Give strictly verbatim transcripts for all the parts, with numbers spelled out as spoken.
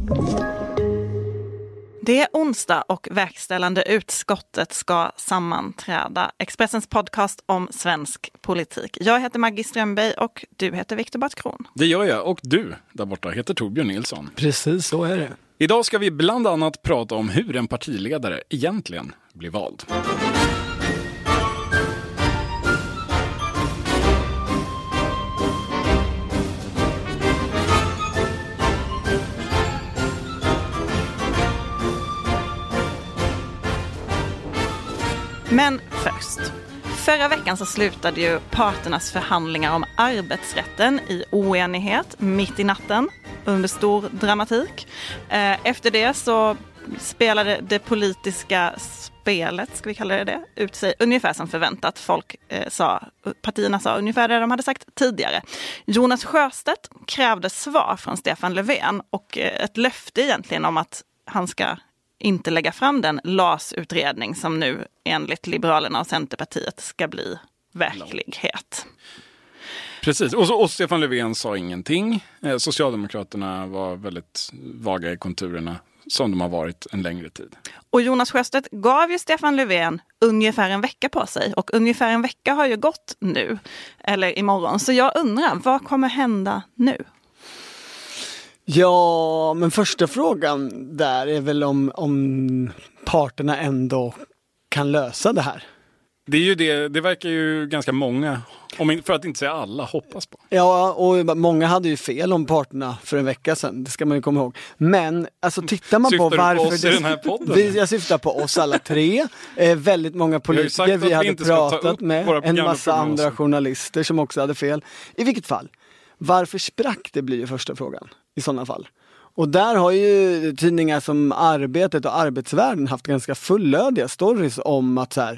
Det är onsdag och verkställande utskottet ska sammanträda. Expressens podcast om svensk politik. Jag heter Maggie Strömberg och du heter Viktor Bartkron. Det gör jag, och du där borta heter Torbjörn Nilsson. Precis, så är det. Idag ska vi bland annat prata om hur en partiledare egentligen blir vald. Men först. Förra veckan så slutade ju parternas förhandlingar om arbetsrätten i oenighet mitt i natten under stor dramatik. Efter det så spelade det politiska spelet, ska vi kalla det det, ut sig ungefär som förväntat. Folk eh, sa, partierna sa ungefär det de hade sagt tidigare. Jonas Sjöstedt krävde svar från Stefan Löfven och eh, ett löfte egentligen om att han ska inte lägga fram den L A S-utredning som nu enligt Liberalerna och Centerpartiet ska bli verklighet. Precis, och, så, och Stefan Löfven sa ingenting. Eh, Socialdemokraterna var väldigt vaga i konturerna som de har varit en längre tid. Och Jonas Sjöstedt gav ju Stefan Löfven ungefär en vecka på sig. Och ungefär en vecka har ju gått nu, eller imorgon. Så jag undrar, vad kommer hända nu? Ja, men första frågan där är väl om, om parterna ändå kan lösa det här. Det är ju det, det verkar ju ganska många, om, för att inte säga alla, hoppas på. Ja, och många hade ju fel om parterna för en vecka sedan, det ska man ju komma ihåg. Men, alltså tittar man syftar på varför... Syftar du på oss det, i den här podden? Vi, jag syftar på oss alla tre. Eh, väldigt många politiker vi, vi hade pratat med. En massa andra journalister som också hade fel. I vilket fall, varför sprack det blir ju första frågan i sådana fall. Och där har ju tidningar som Arbetet och Arbetsvärlden haft ganska fullödiga stories om att så här,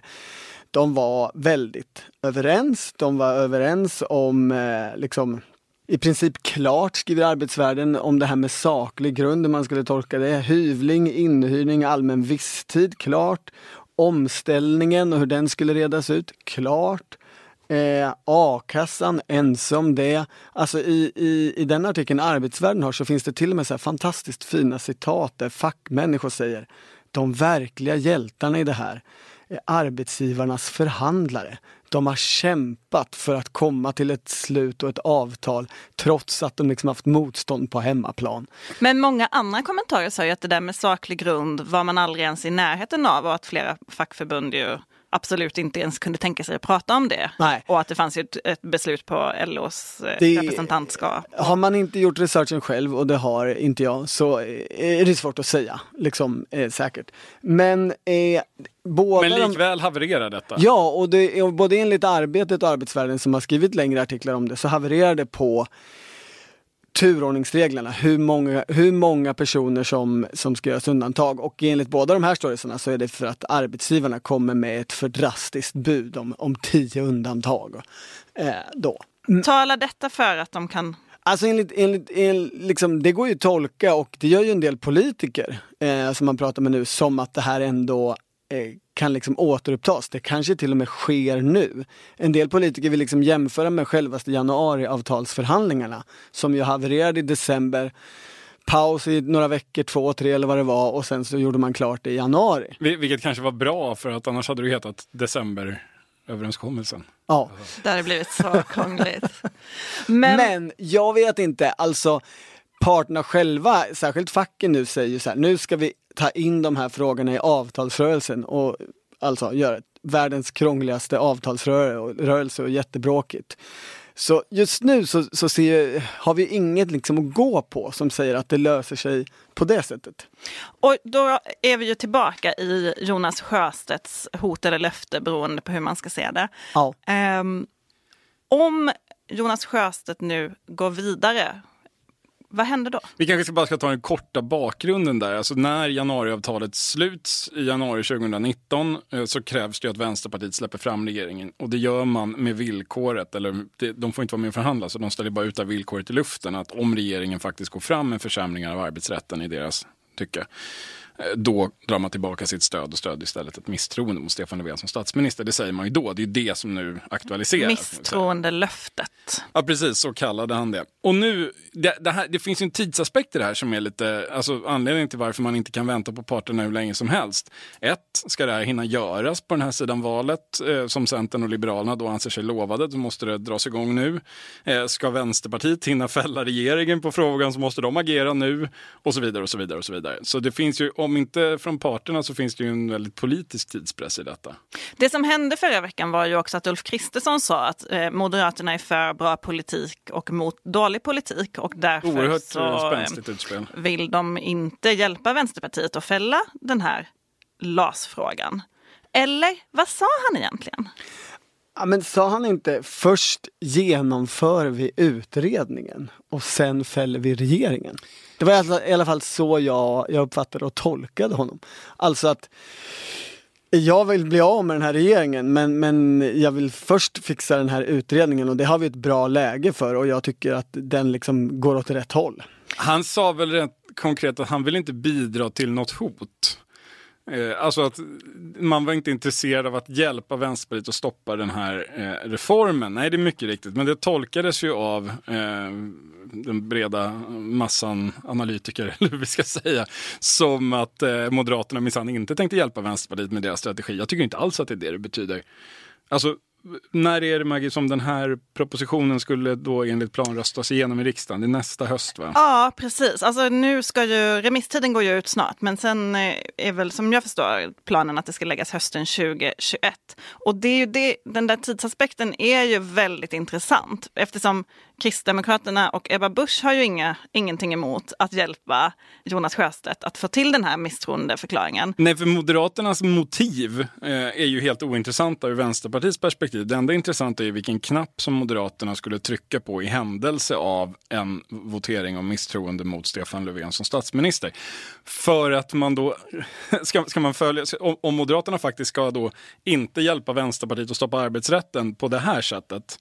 de var väldigt överens. De var överens om eh, liksom, i princip klart, skriver Arbetsvärlden, om det här med saklig grund, hur man skulle tolka det. Hyvling, inhyrning, allmän visstid, klart. Omställningen och hur den skulle redas ut, klart. Eh, A-kassan, ensam det. Alltså i, i, i den artikeln Arbetsvärlden har så finns det till och med så här fantastiskt fina citat där fackmänniskor säger de verkliga hjältarna i det här är arbetsgivarnas förhandlare. De har kämpat för att komma till ett slut och ett avtal trots att de liksom haft motstånd på hemmaplan. Men många andra kommentarer sa ju att det där med saklig grund var man aldrig ens i närheten av och att flera fackförbund ju absolut inte ens kunde tänka sig att prata om det. Nej. Och att det fanns ju ett, ett beslut på L O:s det, representantskap. Har man inte gjort researchen själv, och det har inte jag, så är det svårt att säga. Liksom, eh, säkert. Men, eh, båda Men likväl de... havererar detta. Ja, och det är både enligt Arbetet och Arbetsvärlden som har skrivit längre artiklar om det, så havererar det på turordningsreglerna, hur många, hur många personer som, som ska göras undantag. Och enligt båda de här storiesarna så är det för att arbetsgivarna kommer med ett för drastiskt bud om, om tio undantag. Eh, då. Talar detta för att de kan... Alltså enligt, enligt, enligt, liksom, det går ju att tolka, och det gör ju en del politiker eh, som man pratar med nu, som att det här ändå eh, kan liksom återupptas. Det kanske till och med sker nu. En del politiker vill liksom jämföra med självaste januariavtalsförhandlingarna som ju havererade i december. Paus i några veckor, två, tre eller vad det var, och sen så gjorde man klart det i januari. Vilket kanske var bra, för att annars hade det hetat decemberöverenskommelsen. Ja. Det hade blivit så krångligt. Men... Men jag vet inte, alltså parterna själva, särskilt facken nu, säger så här: nu ska vi ta in de här frågorna i avtalsrörelsen och alltså göra världens krångligaste avtalsrörelse och jättebråkigt. Så just nu så, så ser, har vi inget liksom att gå på som säger att det löser sig på det sättet. Och då är vi ju tillbaka i Jonas Sjöstedts hot eller löfte, beroende på hur man ska se det. Ja. Um, om Jonas Sjöstedt nu går vidare, vad händer då? Vi kanske bara ska ta den korta bakgrunden där. Alltså när januariavtalet sluts i januari tjugonitton så krävs det att Vänsterpartiet släpper fram regeringen. Och det gör man med villkoret, eller det, de får inte vara med och förhandla, så de ställer bara ut av villkoret i luften, att om regeringen faktiskt går fram med försämringar av arbetsrätten i deras tycke, då drar man tillbaka sitt stöd och stöd istället ett misstroende mot Stefan Löfven som statsminister. Det säger man ju då. Det är det som nu aktualiseras. Misstroendelöftet. Ja, precis. Så kallade han det. Och nu, det, det, här, det finns ju en tidsaspekt i det här som är lite, alltså anledningen till varför man inte kan vänta på parterna hur länge som helst. Ett, ska det här hinna göras på den här sidan valet eh, som Centern och Liberalerna då anser sig lovade, så måste det dras igång nu. Eh, ska Vänsterpartiet hinna fälla regeringen på frågan så måste de agera nu och så vidare och så vidare och så vidare. Så det finns ju, om inte från parterna så finns det ju en väldigt politisk tidspress i detta. Det som hände förra veckan var ju också att Ulf Kristersson sa att eh, Moderaterna är för bra politik och mot dålig politik och därför Oerhört så spänstigt utspel. Vill de inte hjälpa Vänsterpartiet att fälla den här L A S-frågan. Eller vad sa han egentligen? Ja, men sa han inte först genomför vi utredningen och sen fäller vi regeringen? Det var i alla fall så jag, jag uppfattade och tolkade honom. Alltså att jag vill bli av med den här regeringen men, men jag vill först fixa den här utredningen och det har vi ett bra läge för och jag tycker att den liksom går åt rätt håll. Han sa väl rätt konkret att han vill inte bidra till något hot. Eh, alltså att man var inte intresserad av att hjälpa Vänsterpartiet att stoppa den här eh, reformen. Nej, det är mycket riktigt. Men det tolkades ju av eh, den breda massan analytiker, eller hur vi ska säga, som att eh, Moderaterna minsann inte tänkte hjälpa Vänsterpartiet med deras strategi. Jag tycker inte alls att det är det det betyder. Alltså, när är det, Maggie, som den här propositionen skulle då enligt plan röstas igenom i riksdagen? Det är nästa höst, va? Ja, precis. Alltså nu ska ju, remisstiden går ju ut snart, men sen är väl som jag förstår planen att det ska läggas hösten tjugohundratjugoett. Och det är ju det, den där tidsaspekten är ju väldigt intressant eftersom Kristdemokraterna och Ebba Busch har ju inga, ingenting emot att hjälpa Jonas Sjöstedt att få till den här misstroendeförklaringen. Nej, för Moderaternas motiv eh, är ju helt ointressanta ur Vänsterpartiets perspektiv. Det enda intressanta är ju vilken knapp som Moderaterna skulle trycka på i händelse av en votering om misstroende mot Stefan Löfven som statsminister. För att man då, ska, ska man följa, om, om Moderaterna faktiskt ska då inte hjälpa Vänsterpartiet att stoppa arbetsrätten på det här sättet,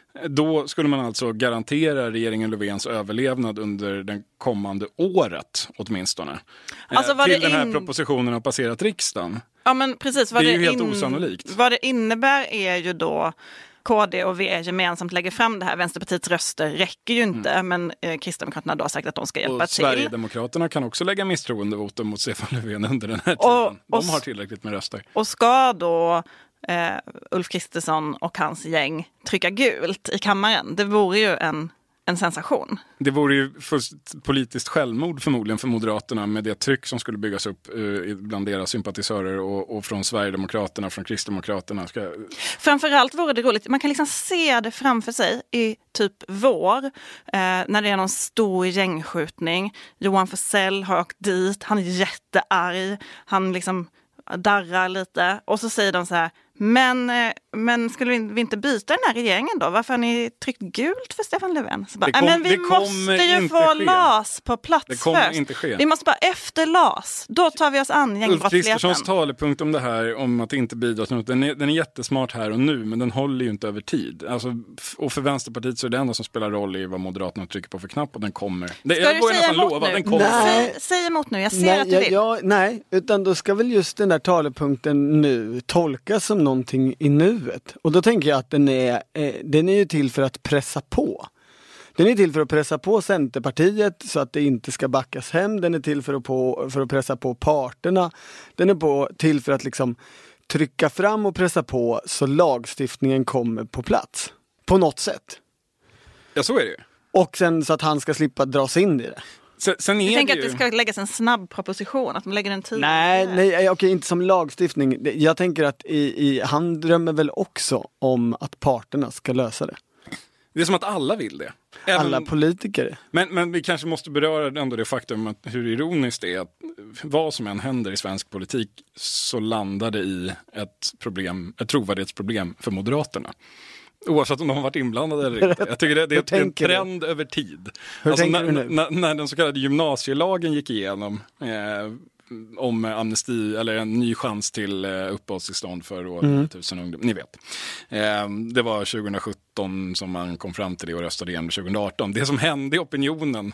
då skulle man alltså garantera regeringen Löfvens överlevnad under det kommande året åtminstone. Alltså, eh, till den här in... propositionen har passerat riksdagen. Ja, men precis. Vad det är det ju helt in... osannolikt. Vad det innebär är ju då K D och V gemensamt lägger fram det här. Vänsterpartiets röster räcker ju inte, mm. men eh, Kristdemokraterna då har sagt att de ska hjälpa och till. Sverigedemokraterna kan också lägga misstroendevotum mot Stefan Löfven under den här tiden. Och, de och, har tillräckligt med röster. Och ska då Uh, Ulf Kristersson och hans gäng trycka gult i kammaren? Det vore ju en, en sensation. Det vore ju politiskt självmord förmodligen för Moderaterna med det tryck som skulle byggas upp uh, bland deras sympatisörer och, och från Sverigedemokraterna, från Kristdemokraterna. Ska... Framförallt vore det roligt, man kan liksom se det framför sig i typ vår, uh, när det är någon stor gängskjutning. Johan Forssell har åkt dit, han är jättearg, han liksom darrar lite och så säger de så här, men, men skulle vi inte byta den här regeringen då? Varför har ni tryckt gult för Stefan Löfven? Så bara, kom, men vi måste ju få L A S på plats det kommer först. Inte ske. Vi måste bara efter L A S, då tar vi oss an gängbrottsligheten. Ulf Kristerssons talepunkt om det här, om att inte bidra till något, den är, den är jättesmart här och nu, men den håller ju inte över tid. Alltså, och för Vänsterpartiet så är det enda som spelar roll i vad Moderaterna trycker på för knapp och den kommer. Det, ska jag du går säga emot lova, nu? Den kommer. Nej. Säg, säg emot nu, jag ser nej, att du vill. Jag, jag, nej, utan då ska väl just den där talepunkten nu tolkas som någonting i nuet. Och då tänker jag att den är, eh, den är ju till för att pressa på. Den är till för att pressa på Centerpartiet så att det inte ska backas hem. Den är till för att, på, för att pressa på parterna. Den är på, till för att liksom trycka fram och pressa på så lagstiftningen kommer på plats. På något sätt. Ja, så är det ju. Och sen så att han ska slippa dras in i det. Sen, sen jag tänker ju... att det ska läggas en snabb proposition, att de lägger en tid. Nej, nej okej, inte som lagstiftning. Jag tänker att i, i, han drömmer väl också om att parterna ska lösa det. Det är som att alla vill det. Även... Alla politiker. Men, men vi kanske måste beröra ändå det faktum att hur ironiskt det är att vad som än händer i svensk politik så landar det i ett problem, ett trovärdighetsproblem för Moderaterna. Oavsett om de har varit inblandade eller inte. Jag tycker det, det, det är en trend du? över tid. Alltså när, när, när den så kallade gymnasielagen gick igenom eh, om amnesti eller en ny chans till eh, uppehållstillstånd för år mm. tusen ungdomar. Ni vet. Eh, det var tjugohundrasjutton som man kom fram till det och röstade igen tjugohundraarton. Det som hände i opinionen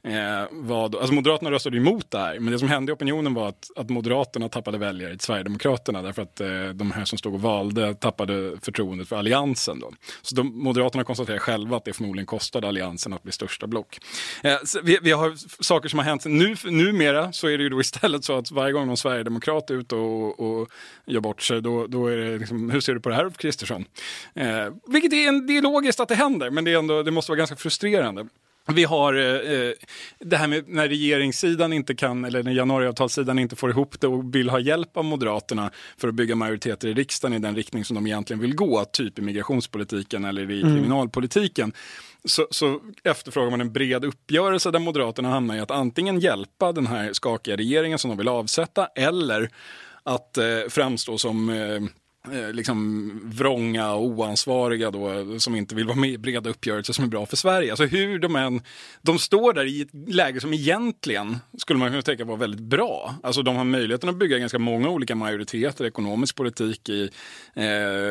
Eh, vad, alltså Moderaterna röstade emot det här, men det som hände i opinionen var att, att Moderaterna tappade väljare till Sverigedemokraterna därför att eh, de här som stod och valde tappade förtroendet för alliansen då. Så de, Moderaterna konstaterar själva att det förmodligen kostade alliansen att bli största block. Eh, vi, vi har saker som har hänt nu, numera så är det ju då istället så att varje gång någon sverigedemokrat är ute och, och gör bort sig, då, då är det liksom, hur ser du på det här, Ulf Kristersson? Eh, vilket är, en, det är logiskt att det händer, men det, är ändå, det måste vara ganska frustrerande. Vi har eh, det här med när regeringssidan inte kan, eller när januariavtalssidan inte får ihop det och vill ha hjälp av Moderaterna för att bygga majoriteter i riksdagen i den riktning som de egentligen vill gå, typ i migrationspolitiken eller i mm. kriminalpolitiken. Så, så efterfrågar man en bred uppgörelse där Moderaterna hamnar i att antingen hjälpa den här skakiga regeringen som de vill avsätta eller att eh, framstå som eh, liksom vrånga och oansvariga då, som inte vill vara med i breda uppgörelser som är bra för Sverige. Alltså hur de än, de står där i ett läge som egentligen skulle man kunna tänka var väldigt bra. Alltså de har möjligheten att bygga ganska många olika majoriteter, ekonomisk politik i, eh,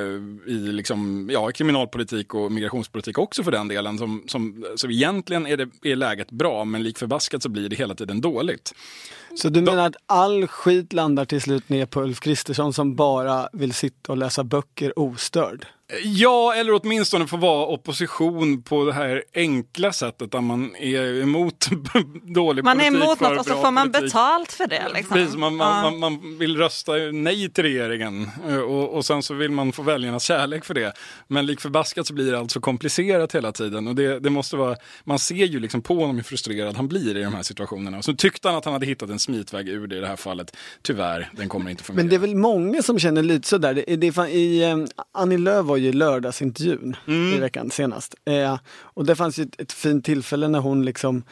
i liksom, ja, kriminalpolitik och migrationspolitik också för den delen. Som, som, så egentligen är, det, är läget bra, men lik förbaskat så blir det hela tiden dåligt. Så du menar att all skit landar till slut ner på Ulf Kristersson som bara vill sitta och läsa böcker ostörd? Ja, eller åtminstone få vara opposition på det här enkla sättet där man är emot dålig man politik. Man är emot något och så får man politik. betalt för det. Liksom. Precis, man, man, man, man vill rösta nej till regeringen och, och sen så vill man få väljarnas kärlek för det. Men lik förbaskat så blir det alltså komplicerat hela tiden. Och det, det måste vara, man ser ju liksom på honom hur frustrerad han blir i de här situationerna. Och så tyckte han att han hade hittat en smitväg ur det i det här fallet. Tyvärr, den kommer inte fungera. Men det är väl många som känner lite sådär. Det, det, det, i um, Annie Lööf var ju lördagsintervjun mm. i veckan senast. Eh, och det fanns ju ett, ett fint tillfälle när hon liksom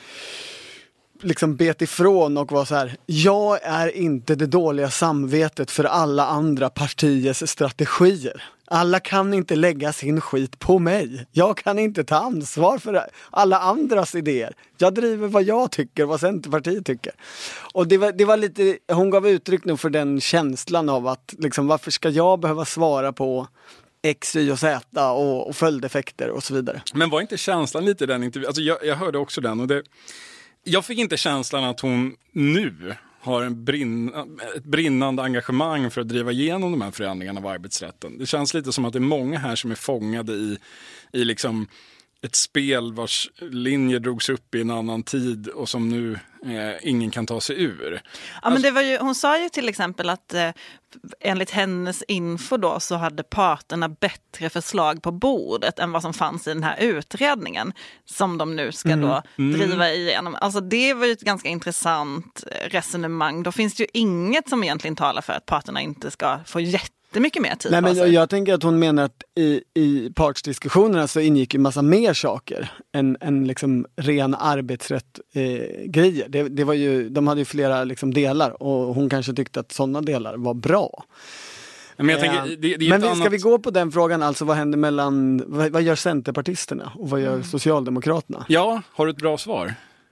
liksom bet ifrån och var så här: jag är inte det dåliga samvetet för alla andra partiers strategier. Alla kan inte lägga sin skit på mig. Jag kan inte ta ansvar för alla andras idéer. Jag driver vad jag tycker, vad Centerpartiet tycker. Och det var, det var lite, hon gav uttryck nu för den känslan av att liksom, varför ska jag behöva svara på X, Y och Z och, och följdeffekter och så vidare. Men var inte känslan lite den intervjun? Alltså jag, jag hörde också den och det, jag fick inte känslan att hon nu har en brinn, ett brinnande engagemang för att driva igenom de här förändringarna av arbetsrätten. Det känns lite som att det är många här som är fångade i, i liksom ett spel vars linje drogs upp i en annan tid och som nu eh, ingen kan ta sig ur. Ja, alltså, men det var ju, hon sa ju till exempel att eh, enligt hennes info då så hade parterna bättre förslag på bordet än vad som fanns i den här utredningen som de nu ska mm. då mm. driva igenom. Alltså det var ju ett ganska intressant resonemang. Då finns det ju inget som egentligen talar för att parterna inte ska få jätte Det är mycket mer tid. Nej, men jag, jag tänker att hon menar att i, i partsdiskussionerna så ingick ju massa mer saker än, än liksom ren arbetsrätt eh, grejer. Det, det var ju, de hade ju flera liksom delar och hon kanske tyckte att sådana delar var bra. Men, jag tänker, det, det är men ska annat... vi gå på den frågan, alltså vad händer mellan, vad, vad gör centerpartisterna och vad gör mm. socialdemokraterna? Ja, har du ett bra svar?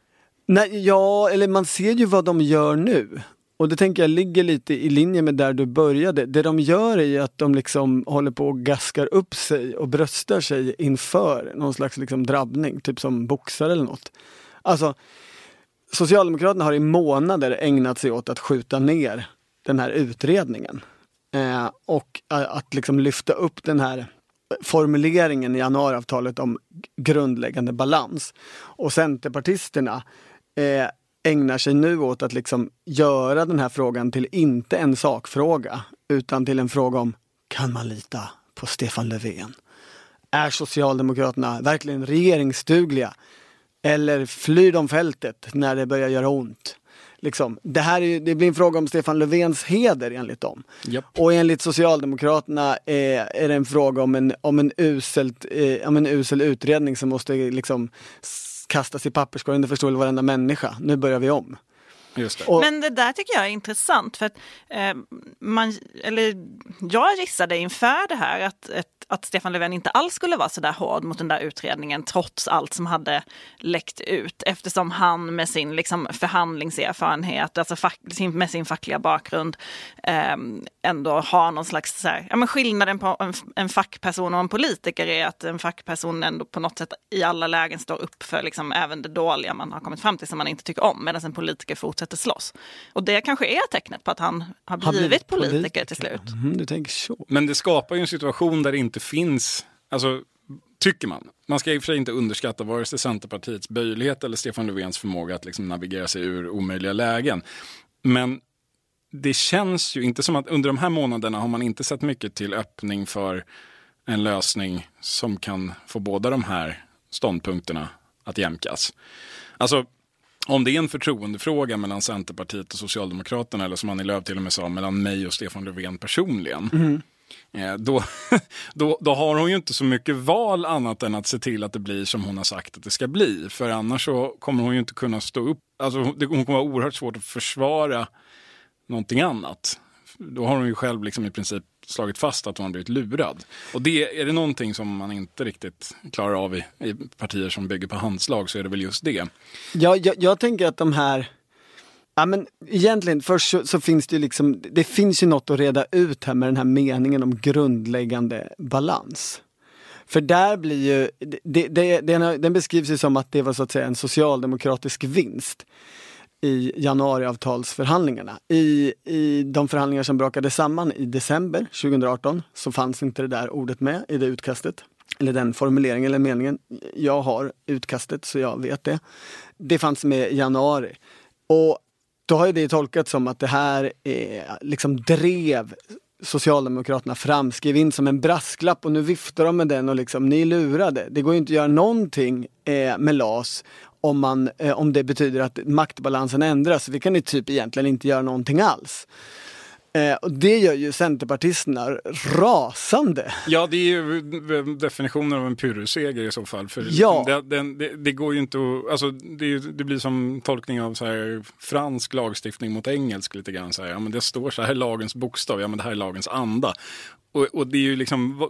Nej, ja, eller man ser ju vad de gör nu. Och det tänker jag ligger lite i linje med där du började. Det de gör är att de liksom håller på och gaskar upp sig och bröstar sig inför någon slags liksom drabbning, typ som boxare eller något. Alltså, Socialdemokraterna har i månader ägnat sig åt att skjuta ner den här utredningen. Eh, och att liksom lyfta upp den här formuleringen i januariavtalet om grundläggande balans. Och centerpartisterna eh, ägnar sig nu åt att liksom göra den här frågan till inte en sakfråga utan till en fråga om, kan man lita på Stefan Löfven? Är Socialdemokraterna verkligen regeringsdugliga? Eller flyr de fältet när det börjar göra ont? Liksom, det här är, det blir en fråga om Stefan Löfvens heder enligt dem. Yep. Och enligt Socialdemokraterna är, är det en fråga om en, om en, uselt, eh, om en usel utredning som måste liksom kastas i papperskorgen, det förstår väl varenda människa. Nu börjar vi om. Just det. Och, men det där tycker jag är intressant för att eh, man, eller jag gissade inför det här att, ett, att Stefan Löfven inte alls skulle vara så där hård mot den där utredningen trots allt som hade läckt ut, eftersom han med sin liksom, förhandlingserfarenhet, alltså fack, med sin fackliga bakgrund eh, ändå har någon slags så här, ja, men skillnaden på en, en fackperson och en politiker är att en fackperson ändå på något sätt i alla lägen står upp för liksom, även det dåliga man har kommit fram till som man inte tycker om, medan en politiker fortsätter slåss. Och det kanske är tecknet på att han har blivit, har blivit politiker, politiker till slut. Mm, du tänker så. Men det skapar ju en situation där det inte finns, alltså tycker man. Man ska i och för sig inte underskatta vare sig Centerpartiets böjlighet eller Stefan Löfvens förmåga att liksom navigera sig ur omöjliga lägen. Men det känns ju inte som att under de här månaderna har man inte sett mycket till öppning för en lösning som kan få båda de här ståndpunkterna att jämkas. Alltså, om det är en förtroendefråga mellan Centerpartiet och Socialdemokraterna, eller som Annie Lööf till och med sa, mellan mig och Stefan Löfven personligen, mm. eh, då, då, då har hon ju inte så mycket val annat än att se till att det blir som hon har sagt att det ska bli. För annars så kommer hon ju inte kunna stå upp. Alltså, det, hon kommer vara oerhört svårt att försvara någonting annat. Då har hon ju själv liksom i princip slagit fast att hon har blivit lurad. Och det, är det någonting som man inte riktigt klarar av i, i partier som bygger på handslag, så är det väl just det. Ja, jag, jag tänker att de här... Ja, men egentligen först så, så finns det ju liksom... Det finns ju något att reda ut här med den här meningen om grundläggande balans. För där blir ju... Det, det, den, den beskrivs ju som att det var så att säga en socialdemokratisk vinst i januariavtalsförhandlingarna. I, I de förhandlingar som brakade samman i december tjugoarton så fanns inte det där ordet med i det utkastet. Eller den formuleringen eller meningen. Jag har utkastet så jag vet det. Det fanns med i januari. Och då har ju det tolkat som att det här är, liksom drev Socialdemokraterna fram, skrev in som en brasklapp och nu viftar de med den och liksom, ni lurade. Det går ju inte att göra någonting eh, med L A S om, man, eh, om det betyder att maktbalansen ändras. Vi kan ju typ egentligen inte göra någonting alls. Eh, och det gör ju centerpartisterna rasande. Ja, det är ju definitionen av en pyrrusseger i så fall. För ja. det, det, det, det går ju inte att, alltså det, det blir som tolkning av så här fransk lagstiftning mot engelsk lite grann. Så här, ja, men det står så här, lagens bokstav, ja men det här är lagens anda. Och, och det är ju liksom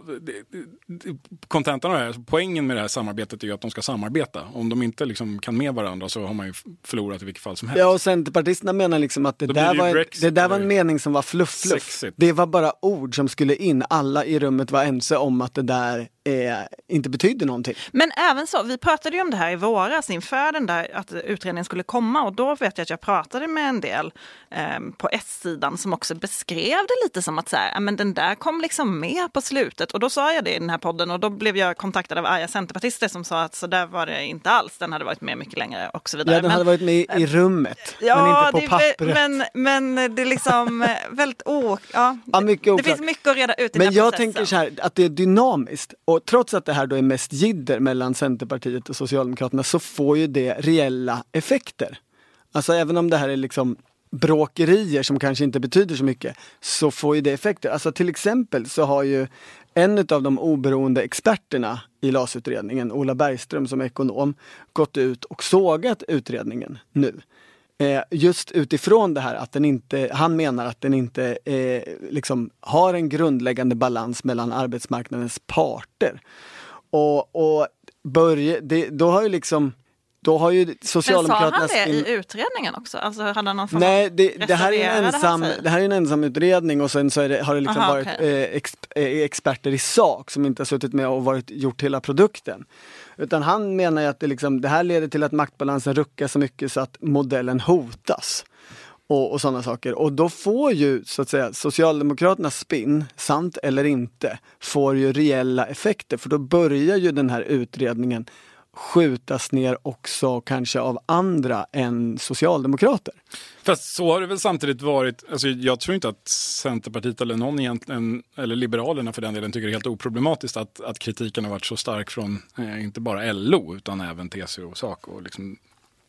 kontentan av det här, poängen med det här samarbetet är ju att de ska samarbeta. Om de inte liksom kan med varandra så har man ju förlorat i vilket fall som helst. Ja, och centerpartisterna menar liksom att det, där var, Brexit, det där var en mening som var fluff-fluff. Det var bara ord som skulle in. Alla i rummet var ense om att det där eh, inte betydde någonting. Men även så, vi pratade ju om det här i våras inför den där att utredningen skulle komma, och då vet jag att jag pratade med en del eh, på S-sidan som också beskrev det lite som att så här, men den där kom liksom med på slutet, och då sa jag det i den här podden och då blev jag kontaktad av arga centerpartister som sa att så där var det inte alls, den hade varit med mycket längre och så vidare. Ja, den hade men, varit med i, i rummet, ja, men inte på det, pappret. Men, men det är liksom väldigt ok, ja, ja, mycket det finns mycket att reda ut i men den här jag processen. tänker så här, att det är dynamiskt, och trots att det här då är mest jidder mellan Centerpartiet och Socialdemokraterna så får ju det reella effekter. Alltså även om det här är liksom bråkerier som kanske inte betyder så mycket, så får ju det effekter. Alltså till exempel så har ju en av de oberoende experterna i L A S-utredningen, Ola Bergström som ekonom, gått ut och sågat utredningen nu. Eh, just utifrån det här att den inte, han menar att den inte eh, liksom har en grundläggande balans mellan arbetsmarknadens parter. Och, och börje, det, då har ju liksom Då har ju Socialdemokraterna... Men sa han det i utredningen också? Alltså, hade han någon form Nej, det, det, här är en ensam, det här är en ensam utredning, och sen så är det, har det liksom Aha, varit okay. eh, ex, eh, experter i sak som inte har suttit med och varit, gjort hela produkten. Utan han menar ju att det, liksom, det här leder till att maktbalansen ruckar så mycket så att modellen hotas. Och, och sådana saker. Och då får ju så att säga Socialdemokraternas spin, sant eller inte, får ju reella effekter. För då börjar ju den här utredningen skjutas ner också kanske av andra än socialdemokrater. Fast så har det väl samtidigt varit, alltså jag tror inte att Centerpartiet eller någon egentligen, eller Liberalerna för den delen, tycker det är helt oproblematiskt att, att kritiken har varit så stark från eh, inte bara L O utan även T C O och SACO och liksom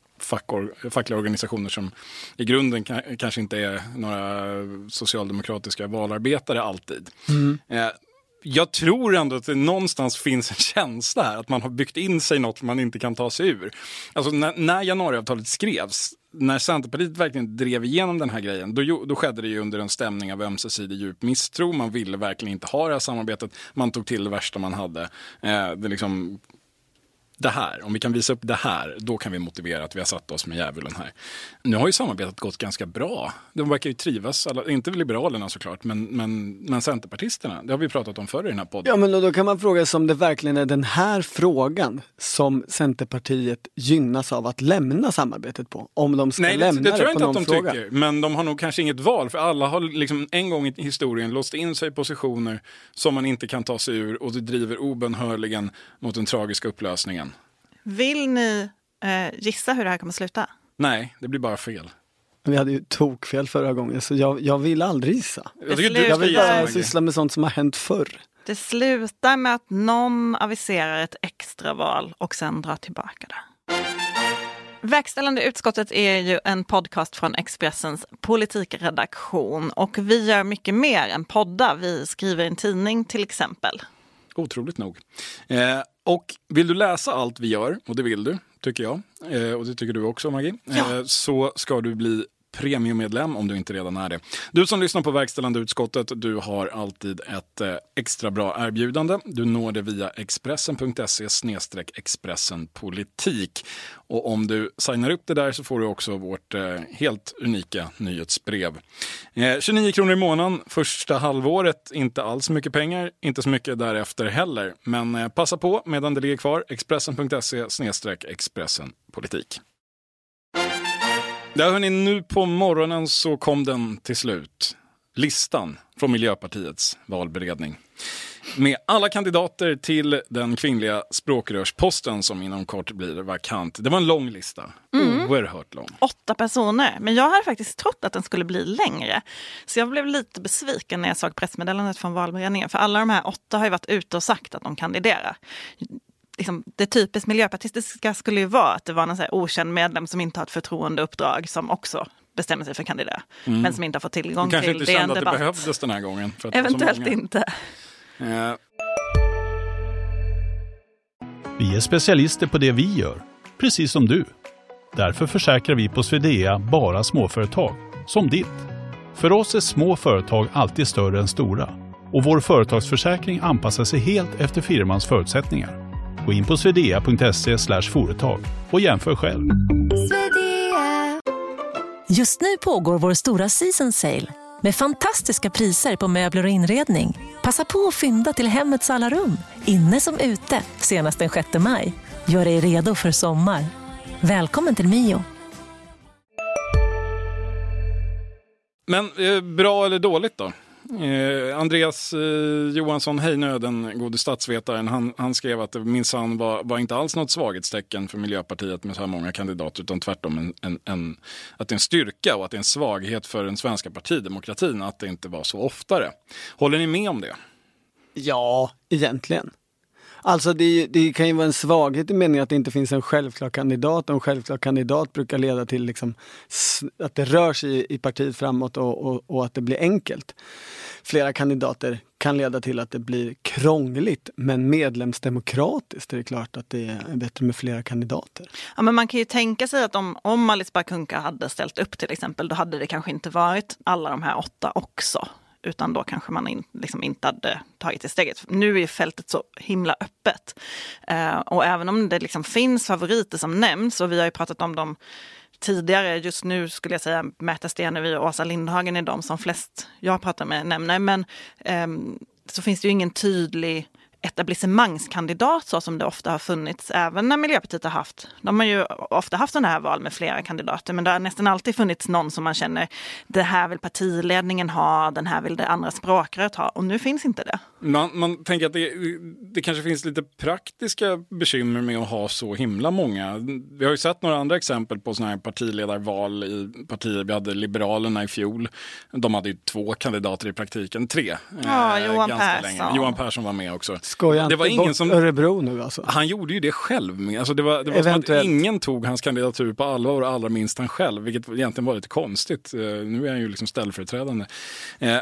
fackor, fackliga organisationer som i grunden ka, kanske inte är några socialdemokratiska valarbetare alltid. Mm. Eh, Jag tror ändå att det någonstans finns en känsla här att man har byggt in sig något man inte kan ta sig ur. Alltså när, när januariavtalet skrevs när Centerpartiet verkligen drev igenom den här grejen, då, då skedde det ju under en stämning av ömsesidig djup misstro. Man ville verkligen inte ha det här samarbetet. Man tog till det värsta man hade. Eh, det liksom... Det här, om vi kan visa upp det här, då kan vi motivera att vi har satt oss med djävulen här. Nu har ju samarbetet gått ganska bra. De verkar ju trivas, alla, inte Liberalerna såklart, men, men, men Centerpartisterna. Det har vi pratat om förr i den här podden. Ja, men då kan man fråga sig om det verkligen är den här frågan som Centerpartiet gynnas av att lämna samarbetet på. Om de ska Nej, det, lämna det, det tror jag på inte någon att de fråga. tycker. Men de har nog kanske inget val, för alla har liksom en gång i historien låst in sig i positioner som man inte kan ta sig ur, och det driver obönhörligen mot den tragiska upplösningen. Vill ni eh, gissa hur det här kommer sluta? Nej, det blir bara fel. Vi hade ju tokfel förra gången, så jag, jag vill aldrig gissa. Jag, slutar... jag vill bara syssla med sånt som har hänt förr. Det slutar med att någon aviserar ett extraval och sen drar tillbaka det. Verkställande utskottet är ju en podcast från Expressens politikredaktion, och vi gör mycket mer än podda. Vi skriver en tidning till exempel. Otroligt nog. Eh, och vill du läsa allt vi gör, och det vill du, tycker jag, eh, och det tycker du också, Maggie, ja. eh, så ska du bli premiummedlem om du inte redan är det. Du som lyssnar på Verkställande utskottet, du har alltid ett eh, extra bra erbjudande. Du når det via expressen punkt se slash expressen politik. Och om du signar upp det där så får du också vårt eh, helt unika nyhetsbrev. Eh, tjugonio kronor i månaden första halvåret, inte alls mycket pengar, inte så mycket därefter heller. Men eh, passa på medan det ligger kvar, expressen punkt se slash expressen politik. Ja, hörni, nu på morgonen så kom den till slut. Listan från Miljöpartiets valberedning. Med alla kandidater till den kvinnliga språkrörsposten som inom kort blir vakant. Det var en lång lista. Mm. Oerhört lång. Åtta personer. Men jag hade faktiskt trott att den skulle bli längre. Så jag blev lite besviken när jag såg pressmeddelandet från valberedningen. För alla de här åtta har ju varit ute och sagt att de kandiderar. Liksom, det typiskt miljöpartistiska skulle ju vara att det var en så här okänd medlem som inte har ett förtroendeuppdrag som också bestämmer sig för kandidat. Mm. Men som inte har fått tillgång till det. Kanske inte kände att det behövdes den här gången. För att eventuellt inte. Eh. Vi är specialister på det vi gör, precis som du. Därför försäkrar vi på Swedea bara småföretag, som ditt. För oss är små företag alltid större än stora. Och vår företagsförsäkring anpassar sig helt efter firmans förutsättningar. Gå in på swedea punkt se slash företag och jämför själv. Just nu pågår vår stora season sale med fantastiska priser på möbler och inredning. Passa på att fynda till hemmets alla rum, inne som ute, senast den sjätte maj. Gör dig redo för sommar. Välkommen till Mio. Men eh, bra eller dåligt då? Eh, Andreas eh, Johansson Hejnö, den gode statsvetaren, han, han skrev att det minsann var, var inte alls något svaghetstecken för Miljöpartiet med så här många kandidater, utan tvärtom en, en, en, att det är en styrka och att det är en svaghet för den svenska partidemokratin att det inte var så oftare. Håller ni med om det? Ja, egentligen. Alltså det, det kan ju vara en svaghet i meningen att det inte finns en självklar kandidat. Och en självklar kandidat brukar leda till liksom att det rör sig i partiet framåt och, och, och att det blir enkelt. Flera kandidater kan leda till att det blir krångligt, men medlemsdemokratiskt är det klart att det är bättre med flera kandidater. Ja, men man kan ju tänka sig att om, om Alice Bah Kuhnke hade ställt upp till exempel, då hade det kanske inte varit alla de här åtta också. Utan då kanske man in, liksom inte hade tagit det steget. Nu är ju fältet så himla öppet. Uh, och även om det liksom finns favoriter som nämns, och vi har ju pratat om dem tidigare, just nu skulle jag säga Märta Stenevi och Åsa Lindhagen är de som flest jag pratar med nämner. Men um, så finns det ju ingen tydlig etablissemangskandidat så som det ofta har funnits även när Miljöpartiet har haft. De har ju ofta haft sådana här val med flera kandidater, men det har nästan alltid funnits någon som man känner, det här vill partiledningen ha, den här vill det andra språkröret ha, och nu finns inte det. Man, man tänker att det, det kanske finns lite praktiska bekymmer med att ha så himla många. Vi har ju sett några andra exempel på sådana här partiledarval i partier. Vi hade Liberalerna i fjol. De hade ju två kandidater i praktiken, tre. Ja, eh, Johan Persson. Länge. Johan Persson var med också. Skoja, det var ingen som Örebro nu alltså. Han gjorde ju det själv med. Alltså det var, det var som att ingen tog hans kandidatur på allvar, och allra minst han själv, vilket egentligen var lite konstigt. Uh, nu är han ju liksom ställföreträdande. Uh,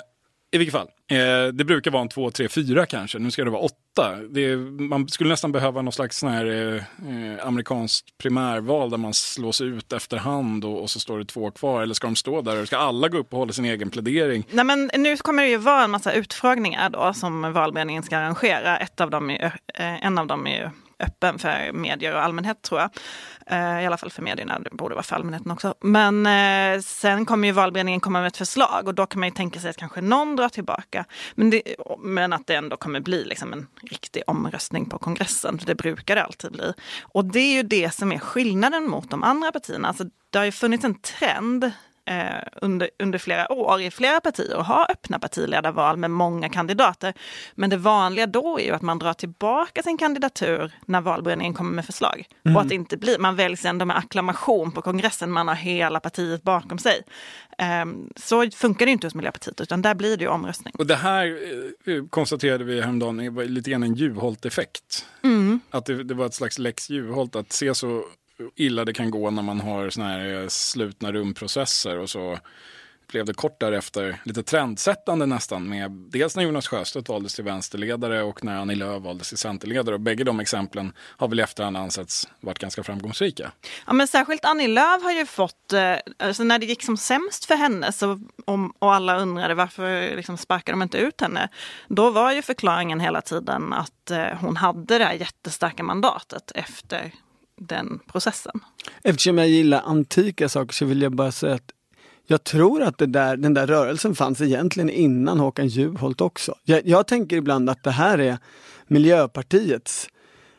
I vilket fall, eh, det brukar vara en två, tre, fyra kanske. Nu ska det vara åtta. Det är, man skulle nästan behöva någon slags sån här eh, amerikanskt primärval där man slås ut efterhand och, och så står det två kvar. Eller ska de stå där? Ska alla gå upp och hålla sin egen plädering? Nej, men nu kommer det ju vara en massa utfrågningar då som valberedningen ska arrangera. Ett av dem är, eh, en av dem är ju öppen för medier och allmänhet, tror jag. Uh, I alla fall för medierna, det borde vara för allmänheten också. Men uh, sen kommer ju valberedningen komma med ett förslag och då kan man ju tänka sig att kanske någon drar tillbaka. Men, det, men att det ändå kommer bli liksom en riktig omröstning på kongressen, för det brukar det alltid bli. Och det är ju det som är skillnaden mot de andra partierna. Alltså, det har ju funnits en trend Eh, under, under flera år i flera partier och ha öppna partiledarval med många kandidater. Men det vanliga då är ju att man drar tillbaka sin kandidatur när valberedningen kommer med förslag. Mm. Och att det inte blir, man väljs ändå med akklamation på kongressen, man har hela partiet bakom sig. Eh, så funkar det inte hos Miljöpartiet, utan där blir det ju omröstning. Och det här eh, konstaterade vi häromdagen, det var lite grann en Juholt-effekt. Mm. Att det, det var ett slags Lex Juholt, att se så illa det kan gå när man har såna här slutna rumprocesser, och så blev det kort därefter lite trendsättande nästan, med dels när Jonas Sjöstedt valdes till vänsterledare och när Annie Lööf valdes till centerledare, och bägge de exemplen har väl i efterhand ansetts varit ganska framgångsrika. Ja, men särskilt Annie Lööf har ju fått, alltså när det gick som sämst för henne så, om, och alla undrade varför liksom sparkade de inte ut henne, då var ju förklaringen hela tiden att eh, hon hade det här jättestarka mandatet efter den processen. Eftersom jag gillar antika saker så vill jag bara säga att jag tror att det där, den där rörelsen fanns egentligen innan Håkan Juholt också. Jag, jag tänker ibland att det här är Miljöpartiets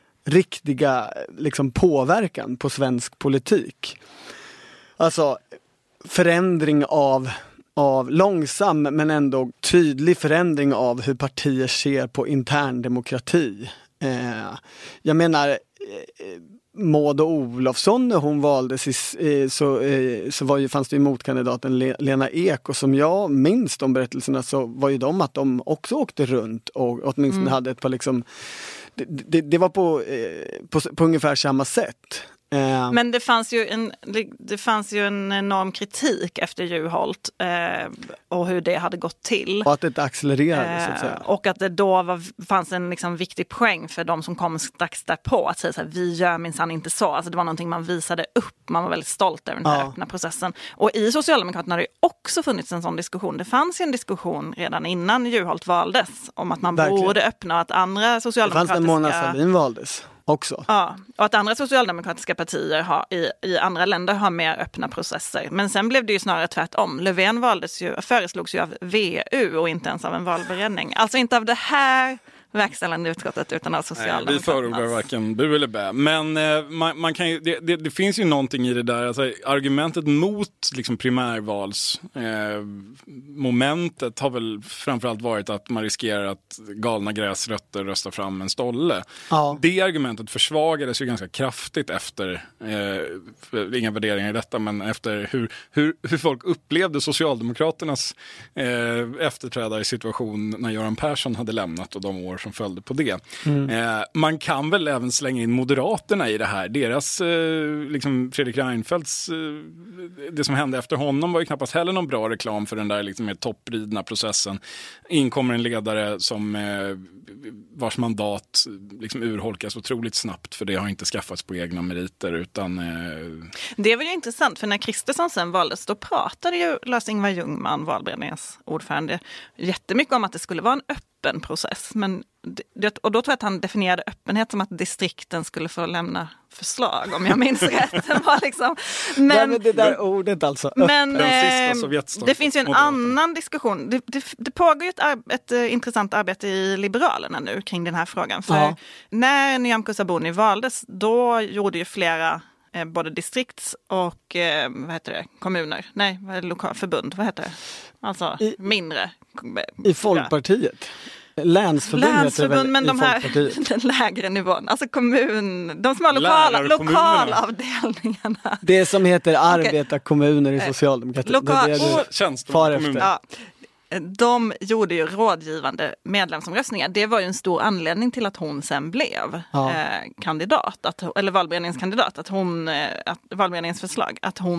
riktiga liksom, påverkan på svensk politik. Alltså förändring av, av långsam men ändå tydlig förändring av hur partier ser på interndemokrati. Eh, jag menar... Eh, Maud Olofsson, när hon valdes i, så, så var ju, fanns det ju motkandidaten Lena Ek, och som jag minns de berättelserna så var ju de att de också åkte runt och åtminstone mm. hade ett par liksom, det, det, det var på, på, på ungefär samma sätt. Men det fanns ju en, det, det fanns ju en enorm kritik efter Juholt eh, och hur det hade gått till. Och att det accelererade eh, så att säga. Och att det då var, fanns en liksom viktig poäng för de som kom strax därpå att säga så här, vi gör minsann inte så. Alltså det var någonting man visade upp, man var väldigt stolt över den här ja. öppna processen. Och i Socialdemokraterna har det också funnits en sån diskussion. Det fanns ju en diskussion redan innan Juholt valdes om att man Verkligen. borde öppna och att andra socialdemokratiska... Det fanns när Mona Sahlin valdes. Också. Ja, och att andra socialdemokratiska partier har, i, i andra länder har mer öppna processer. Men sen blev det ju snarare tvärtom. Löfven valdes ju, föreslogs ju av V U och inte ens av en valberedning. Alltså inte av det här verkställande utskottet utan av Socialdemokraterna. Vi förordar varken bu eller bä. Men eh, man, man kan ju, det, det, det finns ju någonting i det där. Alltså, argumentet mot liksom, primärvalsmomentet eh, har väl framförallt varit att man riskerar att galna gräsrötter röstar fram en stolle. Ja. Det argumentet försvagades ju ganska kraftigt efter, eh, inga värderingar i detta, men efter hur, hur, hur folk upplevde Socialdemokraternas eh, efterträdare i situation när Göran Persson hade lämnat och de år som följde på det. Mm. Eh, man kan väl även slänga in Moderaterna i det här. Deras, eh, liksom Fredrik Reinfeldts, eh, det som hände efter honom var ju knappast heller någon bra reklam för den där liksom mer toppridna processen. Inkommer en ledare som eh, vars mandat liksom urholkas otroligt snabbt, för det har inte skaffats på egna meriter utan... Eh... Det var ju intressant, för när Kristersson sen valdes då pratade ju Lars-Ingvar Ljungman, valberedningens ordförande, jättemycket om att det skulle vara en öppen process, men det, och då tror jag att han definierade öppenhet som att distrikten skulle få lämna förslag, om jag minns rätt. Det var liksom, men, Nej, men det där ordet alltså. Men eh, det finns ju en annan diskussion. Det, det, det pågår ju ett, ett, ett intressant arbete i Liberalerna nu kring den här frågan. För ja. när Nyamko Sabuni valdes, då gjorde ju flera eh, både distrikts- och eh, vad heter det, kommuner, nej, lokalförbund, vad heter det? Alltså I, mindre. I Folkpartiet. Länsförbund, Länsförbund men de här den lägre nivån, alltså kommun, de som har lokala, lokalavdelningarna. Det som heter arbetarkommuner i socialdemokratin. Lokal, det är det du far efter. Ja, de gjorde ju rådgivande medlemsomröstningar. Det var ju en stor anledning till att hon sen blev ja. eh, kandidat, att, eller valberedningskandidat, att hon, eh, att, valberedningens förslag, att hon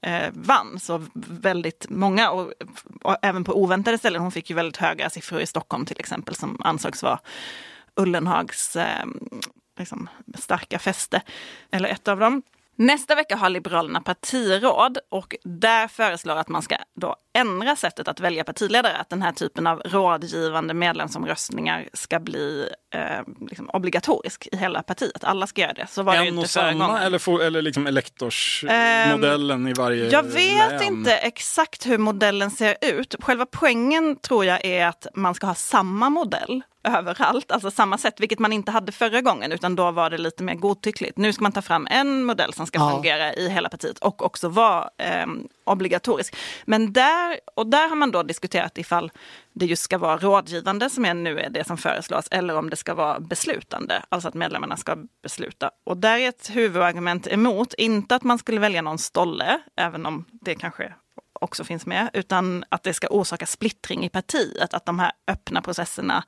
eh, vann så väldigt många och, och även på oväntade ställen. Hon fick ju väldigt höga siffror i Stockholm till exempel som ansågs vara Ullenhags eh, liksom, starka fäste, eller ett av dem. Nästa vecka har Liberalerna partiråd och där föreslår att man ska då ändra sättet att välja partiledare. Att den här typen av rådgivande medlemsomröstningar ska bli eh, liksom obligatorisk i hela partiet. Alla ska göra det. Så var det en ju och inte förra gången. Eller, få, eller liksom elektorsmodellen um, i varje Jag vet län. inte exakt hur modellen ser ut. Själva poängen tror jag är att man ska ha samma modell överallt, alltså samma sätt, vilket man inte hade förra gången, utan då var det lite mer godtyckligt. Nu ska man ta fram en modell som ska ja. fungera i hela partiet och också vara eh, obligatorisk. Men där, och där har man då diskuterat ifall det just ska vara rådgivande, som är nu är det som föreslås, eller om det ska vara beslutande, alltså att medlemmarna ska besluta. Och där är ett huvudargument emot, inte att man skulle välja någon stolle, även om det kanske också finns med, utan att det ska orsaka splittring i partiet, att de här öppna processerna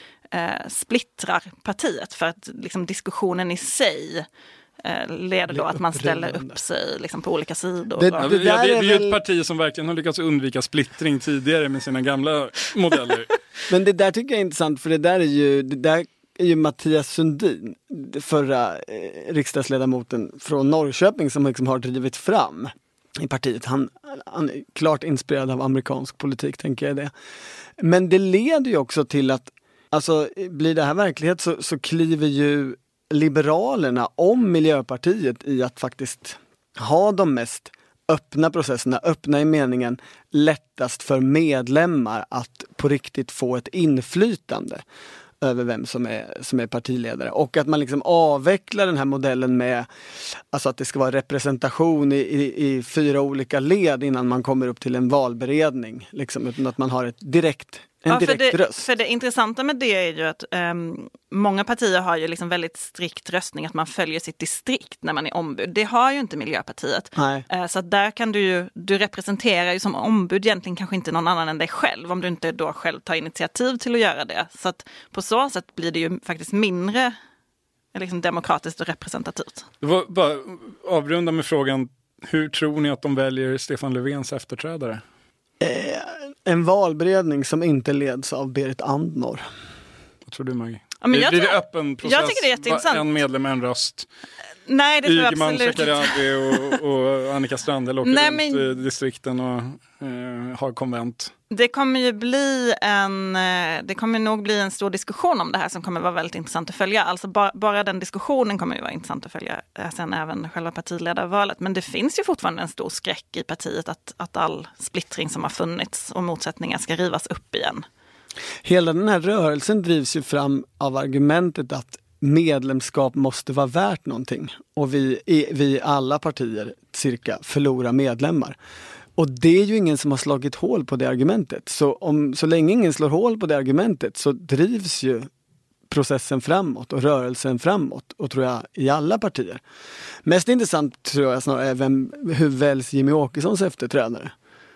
eh, splittrar partiet, för att liksom, diskussionen i sig eh, leder då att man ställer upp sig liksom, på olika sidor. Det, det, det, ja, det, det är ju väl ett parti som verkligen har lyckats undvika splittring tidigare med sina gamla modeller. Men det där tycker jag är intressant, för det där är ju, det där är ju Mattias Sundin, förra eh, riksdagsledamoten från Norrköping, som liksom har drivit fram i partiet. Han, han är klart inspirerad av amerikansk politik, tänker jag det. Men det leder ju också till att, alltså blir det här verklighet så, så kliver ju Liberalerna om Miljöpartiet i att faktiskt ha de mest öppna processerna, öppna i meningen lättast för medlemmar att på riktigt få ett inflytande över vem som är, som är partiledare. Och att man liksom avvecklar den här modellen med alltså att det ska vara representation i, i, i fyra olika led innan man kommer upp till en valberedning. Liksom, utan att man har ett direkt, en ja, direkt för det, röst. För det intressanta med det är ju att um, många partier har ju liksom väldigt strikt röstning, att man följer sitt distrikt när man är ombud. Det har ju inte Miljöpartiet. Nej. Uh, så att där kan du ju, du representerar ju som ombud egentligen kanske inte någon annan än dig själv, om du inte då själv tar initiativ till att göra det. Så att på så sätt blir det ju faktiskt mindre liksom demokratiskt och representativt. Det var bara avrunda med frågan, hur tror ni att de väljer Stefan Löfvens efterträdare? Eh, en valberedning som inte leds av Berit Andnor. Vad tror du, Maggie? Ja, men det, jag blir tror, det öppen process? Jag tycker det är jätteintressant. En medlem, en röst. Nej, det tror jag Ygeman, absolut inte. Och, och Annika Strandhäll åker Nej, runt men... i distrikten och eh, har konvent. Det kommer ju bli en, det kommer nog bli en stor diskussion om det här som kommer vara väldigt intressant att följa. Alltså bara, bara den diskussionen kommer ju vara intressant att följa, sen även själva partiledarvalet. Men det finns ju fortfarande en stor skräck i partiet att, att all splittring som har funnits och motsättningar ska rivas upp igen. Hela den här rörelsen drivs ju fram av argumentet att medlemskap måste vara värt någonting. Och vi, vi alla partier cirka förlorar medlemmar. Och det är ju ingen som har slagit hål på det argumentet. Så, om, så länge ingen slår hål på det argumentet så drivs ju processen framåt och rörelsen framåt. Och tror jag i alla partier. Mest intressant tror jag snarare är vem, hur väljs Jimmy Åkessons efterträdare.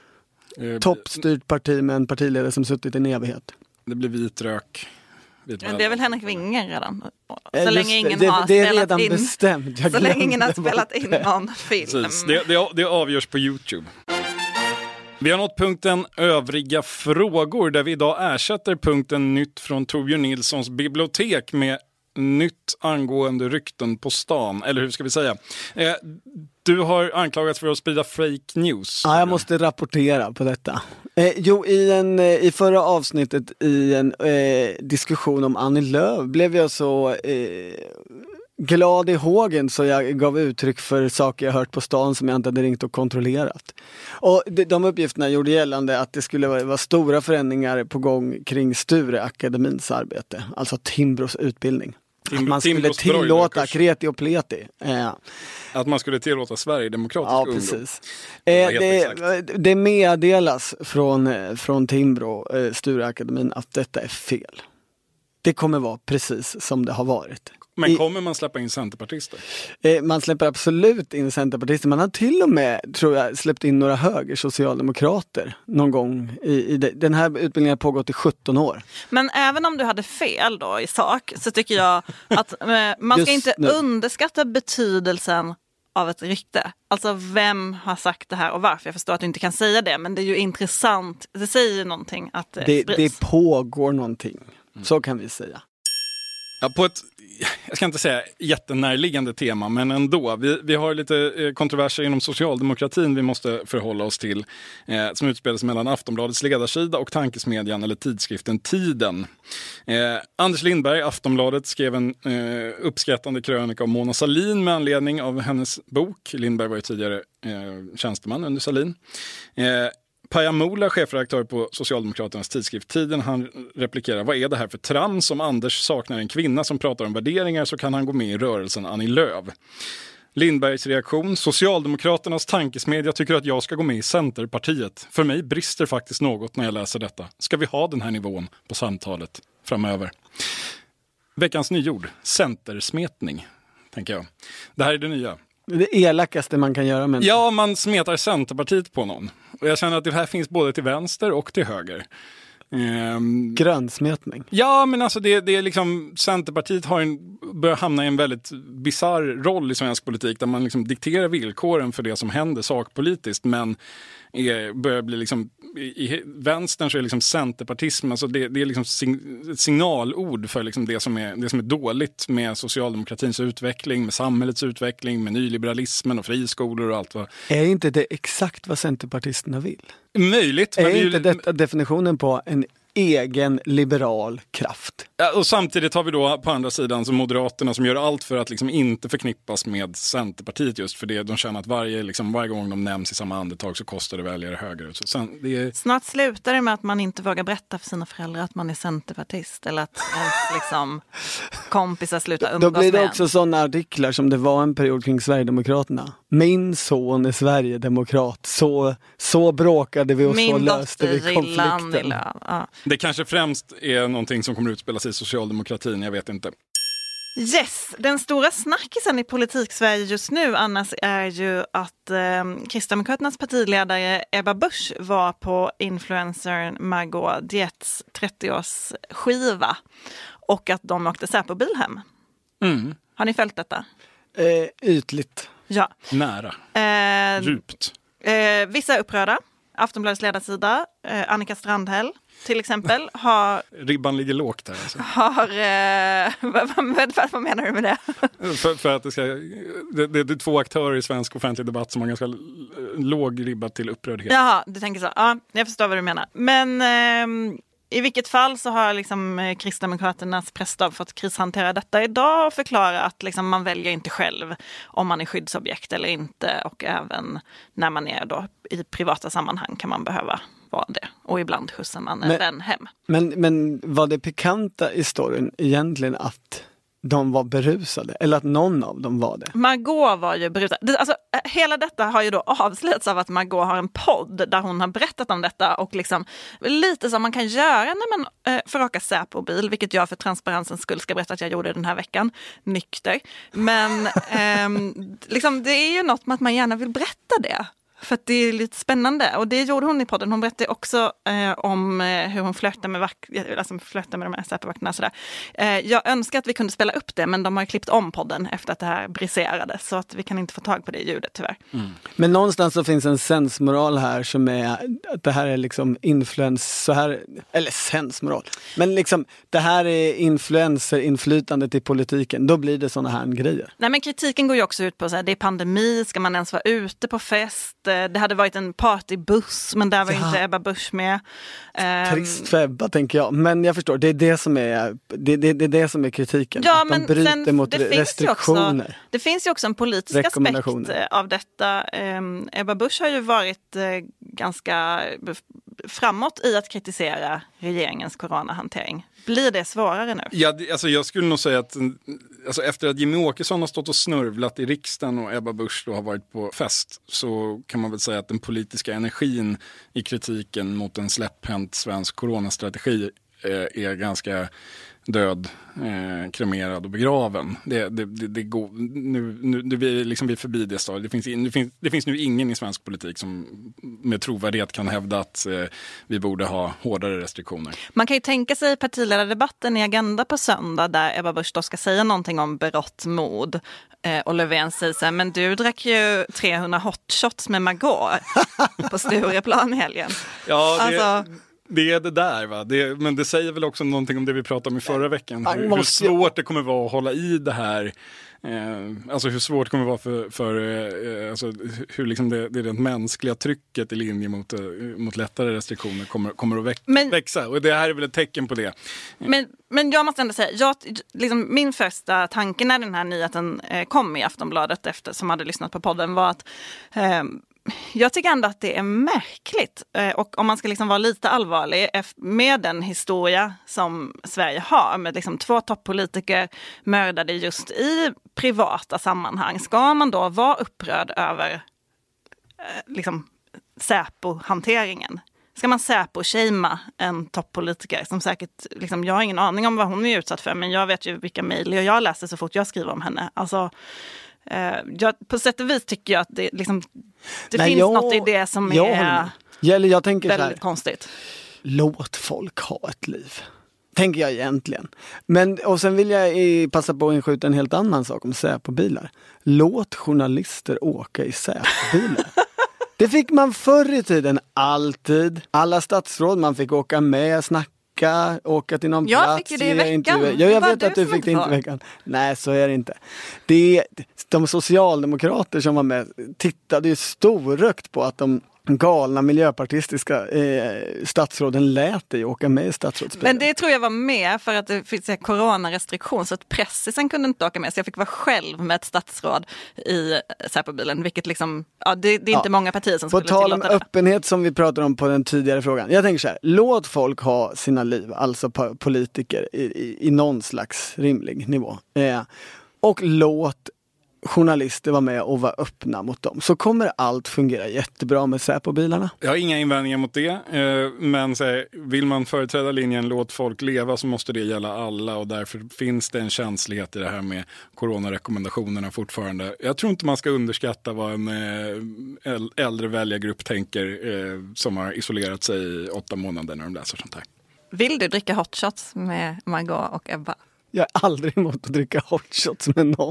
Eh, Toppstyrt parti med en partiledare som suttit i en evighet. Det blir vit rök. Det är väl Henrik Winge redan. Så Just länge ingen det, har det är spelat redan in. Bestämt. Jag så länge ingen har spelat det. in någon film. Det, det, det avgörs på YouTube. Vi har nått punkten övriga frågor där vi idag ersätter punkten nytt från Torbjörn Nilssons bibliotek med nytt angående rykten på stan. Eller hur ska vi säga? Eh, du har anklagats för att sprida fake news. Ja, jag måste rapportera på detta. Eh, jo, i, en, eh, i förra avsnittet i en eh, diskussion om Annie Lööf blev jag så eh, glad i hågen så jag gav uttryck för saker jag hört på stan som jag inte hade ringt och kontrollerat. Och de, de uppgifterna gjorde gällande att det skulle vara, vara stora förändringar på gång kring Stureakademins arbete, alltså Timbros utbildning. Tim- att man skulle tillåta kreti och pleti. Eh. Att man skulle tillåta Sverigedemokratisk ja, ungdom. Precis. Eh, det, det meddelas från, från Timbro, eh, Stureakademin, att detta är fel. Det kommer vara precis som det har varit. Men kommer man släppa in centerpartister? Eh, man släpper absolut in centerpartister. Man har till och med, tror jag, släppt in några höger socialdemokrater någon gång. I, i det. Den här utbildningen har pågått i sjutton år. Men även om du hade fel då i sak så tycker jag att eh, man ska inte nu. underskatta betydelsen av ett rykte. Alltså vem har sagt det här och varför? Jag förstår att du inte kan säga det, men det är ju intressant. Det säger ju någonting att det, det Det pågår någonting, så kan vi säga. Ja, på ett, jag ska inte säga jättenärliggande tema, men ändå. Vi, vi har lite kontroverser inom socialdemokratin vi måste förhålla oss till, eh, som utspelas mellan Aftonbladets ledarsida och tankesmedjan eller tidskriften Tiden. Eh, Anders Lindberg, Aftonbladet, skrev en eh, uppskattande krönika om Mona Sahlin med anledning av hennes bok. Lindberg var ju tidigare eh, tjänsteman under Sahlin. Eh, Paja Mola, chefredaktör på Socialdemokraternas tidskrift Tiden, han replikerar: vad är det här för trams? Om Anders saknar en kvinna som pratar om värderingar så kan han gå med i rörelsen Annie Lööf. Lindbergs reaktion: Socialdemokraternas tankesmedja tycker att jag ska gå med i Centerpartiet. För mig brister faktiskt något när jag läser detta. Ska vi ha den här nivån på samtalet framöver? Veckans nyord: centersmetning, tänker jag. Det här är det nya. Det elakaste man kan göra. Men... Ja, man smetar Centerpartiet på någon. Och jag känner att det här finns både till vänster och till höger. Ehm... Grönsmetning. Ja, men alltså det, det är liksom, Centerpartiet har en, börjar hamna i en väldigt bizarr roll i svensk politik där man liksom dikterar villkoren för det som händer sakpolitiskt, men är, börjar bli liksom, i, i vänstern så är liksom centerpartism, alltså det, det är liksom sign, ett signalord för liksom det, som är, det som är dåligt med socialdemokratins utveckling, med samhällets utveckling, med nyliberalismen och friskolor och allt vad. Är inte det exakt vad centerpartisterna vill? Möjligt. Är men inte det ju... definitionen på en egen liberal kraft? Ja, och samtidigt har vi då på andra sidan så Moderaterna som gör allt för att liksom inte förknippas med Centerpartiet, just för det. De känner att varje, liksom, varje gång de nämns i samma andetag så kostar det väljare högre. Så sen, det är... Snart slutar det med att man inte vågar berätta för sina föräldrar att man är centerpartist, eller att ens liksom, kompisar slutar umgås med. Då blir det också sådana artiklar som det var en period kring Sverigedemokraterna. Min son är Sverigedemokrat. Så, så bråkade vi och Min så löste vi konflikten. Ja. Det kanske främst är någonting som kommer utspela sig i socialdemokratin, jag vet inte. Yes, den stora snackisen i politik-Sverige just nu annars är ju att eh, Kristdemokraternas partiledare Ebba Busch var på influencern Margot Dietz trettio-årsskiva och att de åkte Säpo-bil hem. Mm. Har ni följt detta? Eh, ytligt. Ja. Nära. Eh, Djupt. Eh, vissa är upprörda. Aftonbladets ledarsida, eh, Annika Strandhäll till exempel, har... Ribban ligger lågt där. Alltså. Har... Eh, vad, vad, vad menar du med det? för, för att det ska... Det, det, det är två aktörer i svensk offentlig debatt som har ganska låg ribba till upprördhet. Jaha, du tänker så. Ja, jag förstår vad du menar. Men... Eh, i vilket fall så har liksom Kristdemokraternas pressstab fått krishantera detta idag och förklara att liksom man väljer inte själv om man är skyddsobjekt eller inte, och även när man är då i privata sammanhang kan man behöva vara det. Och ibland skjutsar man en vän hem. Men, men var det pikanta i storyn egentligen att de var berusade? Eller att någon av dem var det? Margot var ju berusad. Det, alltså, hela detta har ju då avslöjats av att Margot har en podd där hon har berättat om detta. Och liksom, lite som man kan göra när man eh, får åka Säpo-bil. Vilket jag för transparensens skull ska berätta att jag gjorde den här veckan. Nykter. Men eh, liksom, det är ju något med att man gärna vill berätta det. För att det är lite spännande. Och det gjorde hon i podden. Hon berättade också eh, om eh, hur hon flörtar med, vak- alltså flörtar med de här Säpo-vakterna. Sådär. Eh, jag önskar att vi kunde spela upp det, men de har klippt om podden efter att det här briserade. Så att vi kan inte få tag på det ljudet tyvärr. Mm. Men någonstans så finns en sensmoral här som är att det här är liksom influens, så här, eller sensmoral. Men liksom det här är influenser, inflytandet i politiken. Då blir det såna här grejer. Nej, men kritiken går ju också ut på att det är pandemi, ska man ens vara ute på fest? Det hade varit en partybuss, men där var ja. inte Ebba Busch med. Trist för Ebba, tänker jag. Men jag förstår, det är det som är, det, det, det är, det som är kritiken. Ja, att men de bryter sen, mot det restriktioner. Finns också, det finns ju också en politisk aspekt av detta. Ebba Busch har ju varit ganska framåt i att kritisera regeringens coronahantering. Blir det svårare nu? Ja, alltså jag skulle nog säga att alltså efter att Jimmy Åkesson har stått och snörvlat i riksdagen och Ebba Busch då har varit på fest, så kan man väl säga att den politiska energin i kritiken mot en släpphänt svensk coronastrategi eh, är ganska död, eh, kremerad och begraven. Det, det, det, det går, nu, nu, nu vi liksom vi är förbi det stadiet. Det finns, det, finns, det finns nu ingen i svensk politik som med trovärdighet kan hävda att eh, vi borde ha hårdare restriktioner. Man kan ju tänka sig partiledardebatten i Agenda på söndag där Ebba Busch då ska säga någonting om berått mod. Eh, och Löfven säger så här, men du drack ju trehundra hotshots med Margot på Stureplan i helgen. Ja, det... Alltså... Det är det där, va? Det, men det säger väl också någonting om det vi pratade om i förra veckan. Hur, hur svårt det kommer vara att hålla i det här. Eh, alltså hur svårt det kommer vara för, för eh, alltså hur liksom det, det rent mänskliga trycket i linje mot, eh, mot lättare restriktioner kommer, kommer att väx, men, växa. Och det här är väl ett tecken på det. Men, men jag måste ändå säga, jag, liksom, min första tanke när den här nyheten eh, kom i Aftonbladet efter, som hade lyssnat på podden var att eh, jag tycker ändå att det är märkligt, och om man ska liksom vara lite allvarlig med den historia som Sverige har med liksom två toppolitiker mördade just i privata sammanhang, ska man då vara upprörd över liksom Säpo-hanteringen? Ska man Säpo-shama en toppolitiker som säkert, liksom, jag har ingen aning om vad hon är utsatt för, men jag vet ju vilka mejl jag läser så fort jag skriver om henne. Alltså Uh, jag, på sätt och vis tycker jag att det, liksom, det Nej, finns jag, något i det som jag är jag, jag tänker väldigt så här, konstigt. Låt folk ha ett liv. Tänker jag egentligen. Men, och sen vill jag i, passa på att inskjuta en helt annan sak om Säpo-bilar. Låt journalister åka i Säpo-bilar. Det fick man förr i tiden alltid. Alla statsråd, man fick åka med, snacka. Åka till någon jag plats. Jag fick ju det i veckan. Intervju. Ja, jag vet att du fick det inte i veckan. Nej, så är det inte. Det är, de socialdemokrater som var med tittade ju storrökt på att de galna miljöpartistiska eh, statsråden lät dig åka med i statsrådsbilen. Men det tror jag var med för att det finns en coronarestriktion så att pressen kunde inte åka med. Så jag fick vara själv med ett statsråd i Säpo-bilen, vilket liksom, ja, det, det är inte ja. många partier som på skulle tillåta det. På tal om öppenhet som vi pratade om på den tidigare frågan. Jag tänker så här, låt folk ha sina liv, alltså politiker i, i, i någon slags rimlig nivå. Eh, och låt journalister var med och var öppna mot dem. Så kommer allt fungera jättebra med Säpo-bilarna. Jag har inga invändningar mot det. Men så här, vill man företräda linjen låt folk leva så måste det gälla alla. Och därför finns det en känslighet i det här med coronarekommendationerna fortfarande. Jag tror inte man ska underskatta vad en äldre väljargrupp tänker som har isolerat sig i åtta månader när de läser sånt här. Vill du dricka hotshots med Margot och Ebba? Jag är aldrig emot att dricka hotshots med någon.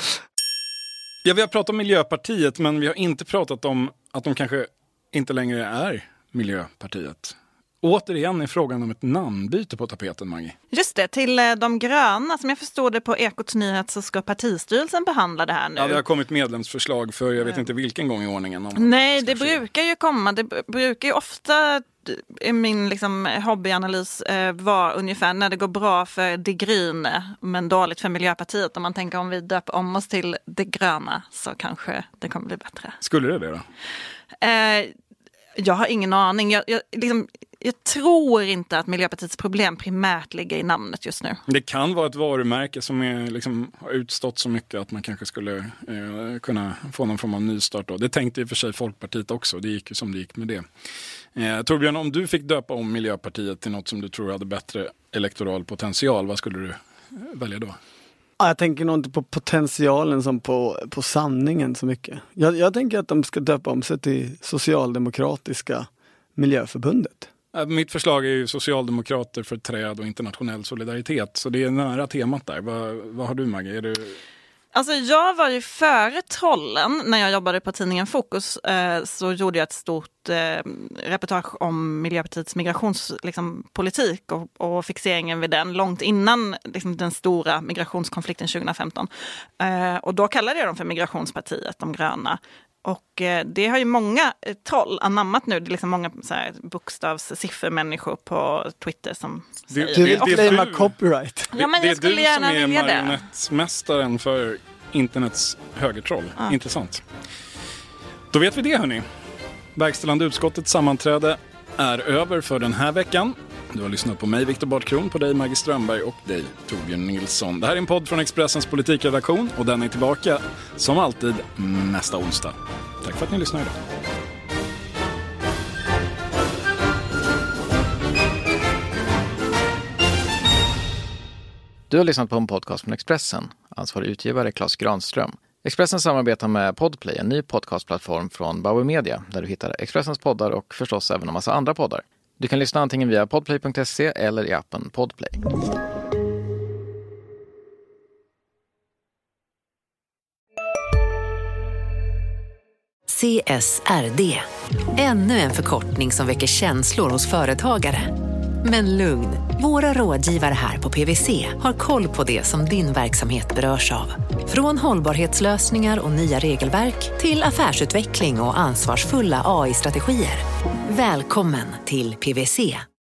Ja, vi har pratat om Miljöpartiet, men vi har inte pratat om att de kanske inte längre är Miljöpartiet. Återigen är frågan om ett namnbyte på tapeten, Maggie. Just det, till de gröna. Som jag förstod det på Ekots nyhet så ska partistyrelsen behandla det här nu. Ja, det har kommit medlemsförslag för jag vet inte vilken gång i ordningen. Om Nej, det brukar ju komma. Det brukar ju ofta, i min liksom, hobbyanalys, eh, vara ungefär när det går bra för De Grüne men dåligt för Miljöpartiet. Om man tänker om vi döper om oss till De Gröna så kanske det kommer bli bättre. Skulle det det då? Eh, jag har ingen aning. Jag, jag, liksom, jag tror inte att Miljöpartiets problem primärt ligger i namnet just nu. Det kan vara ett varumärke som är, liksom, har utstått så mycket att man kanske skulle eh, kunna få någon form av nystart då. Det tänkte i och för sig Folkpartiet också. Det gick ju som det gick med det. Eh, Torbjörn, om du fick döpa om Miljöpartiet till något som du tror hade bättre elektoral potential, vad skulle du välja då? Ja, jag tänker nog inte på potentialen som på, på sanningen så mycket. Jag, jag tänker att de ska döpa om sig till Socialdemokratiska Miljöförbundet. Mitt förslag är ju Socialdemokrater för träd och internationell solidaritet. Så det är nära temat där. Vad, vad har du, Maggie? Är du... Alltså jag var ju före Trollen när jag jobbade på tidningen Fokus, eh, så gjorde jag ett stort eh, reportage om Miljöpartiets migrationspolitik liksom, och, och fixeringen vid den långt innan liksom, den stora migrationskonflikten tjugohundrafemton. Eh, och då kallade jag dem för Migrationspartiet, de gröna. Och eh, det har ju många eh, troll anammat nu. Det är liksom många så här, bokstavssiffermänniskor på Twitter som det, säger... Du vill claima copyright. Ja, men det, jag skulle gärna vilja det. Det är du som är marionettmästaren för internets högertroll. Ja. Intressant. Då vet vi det, hörni. Verkställande utskottets sammanträde är över för den här veckan. Du har lyssnat på mig, Viktor Bartkron, på dig, Maggie Strömberg och dig, Torbjörn Nilsson. Det här är en podd från Expressens politikredaktion och den är tillbaka som alltid nästa onsdag. Tack för att ni lyssnar idag. Du har lyssnat på en podcast från Expressen. Ansvarig utgivare Claes Granström. Expressen samarbetar med Podplay, en ny podcastplattform från Bauer Media, där du hittar Expressens poddar och förstås även en massa andra poddar. Du kan lyssna antingen via podplay punkt se eller i appen Podplay. C S R D. Ännu en förkortning som väcker känslor hos företagare. Men lugn, våra rådgivare här på P W C har koll på det som din verksamhet berörs av. Från hållbarhetslösningar och nya regelverk till affärsutveckling och ansvarsfulla A I-strategier. Välkommen till P W C.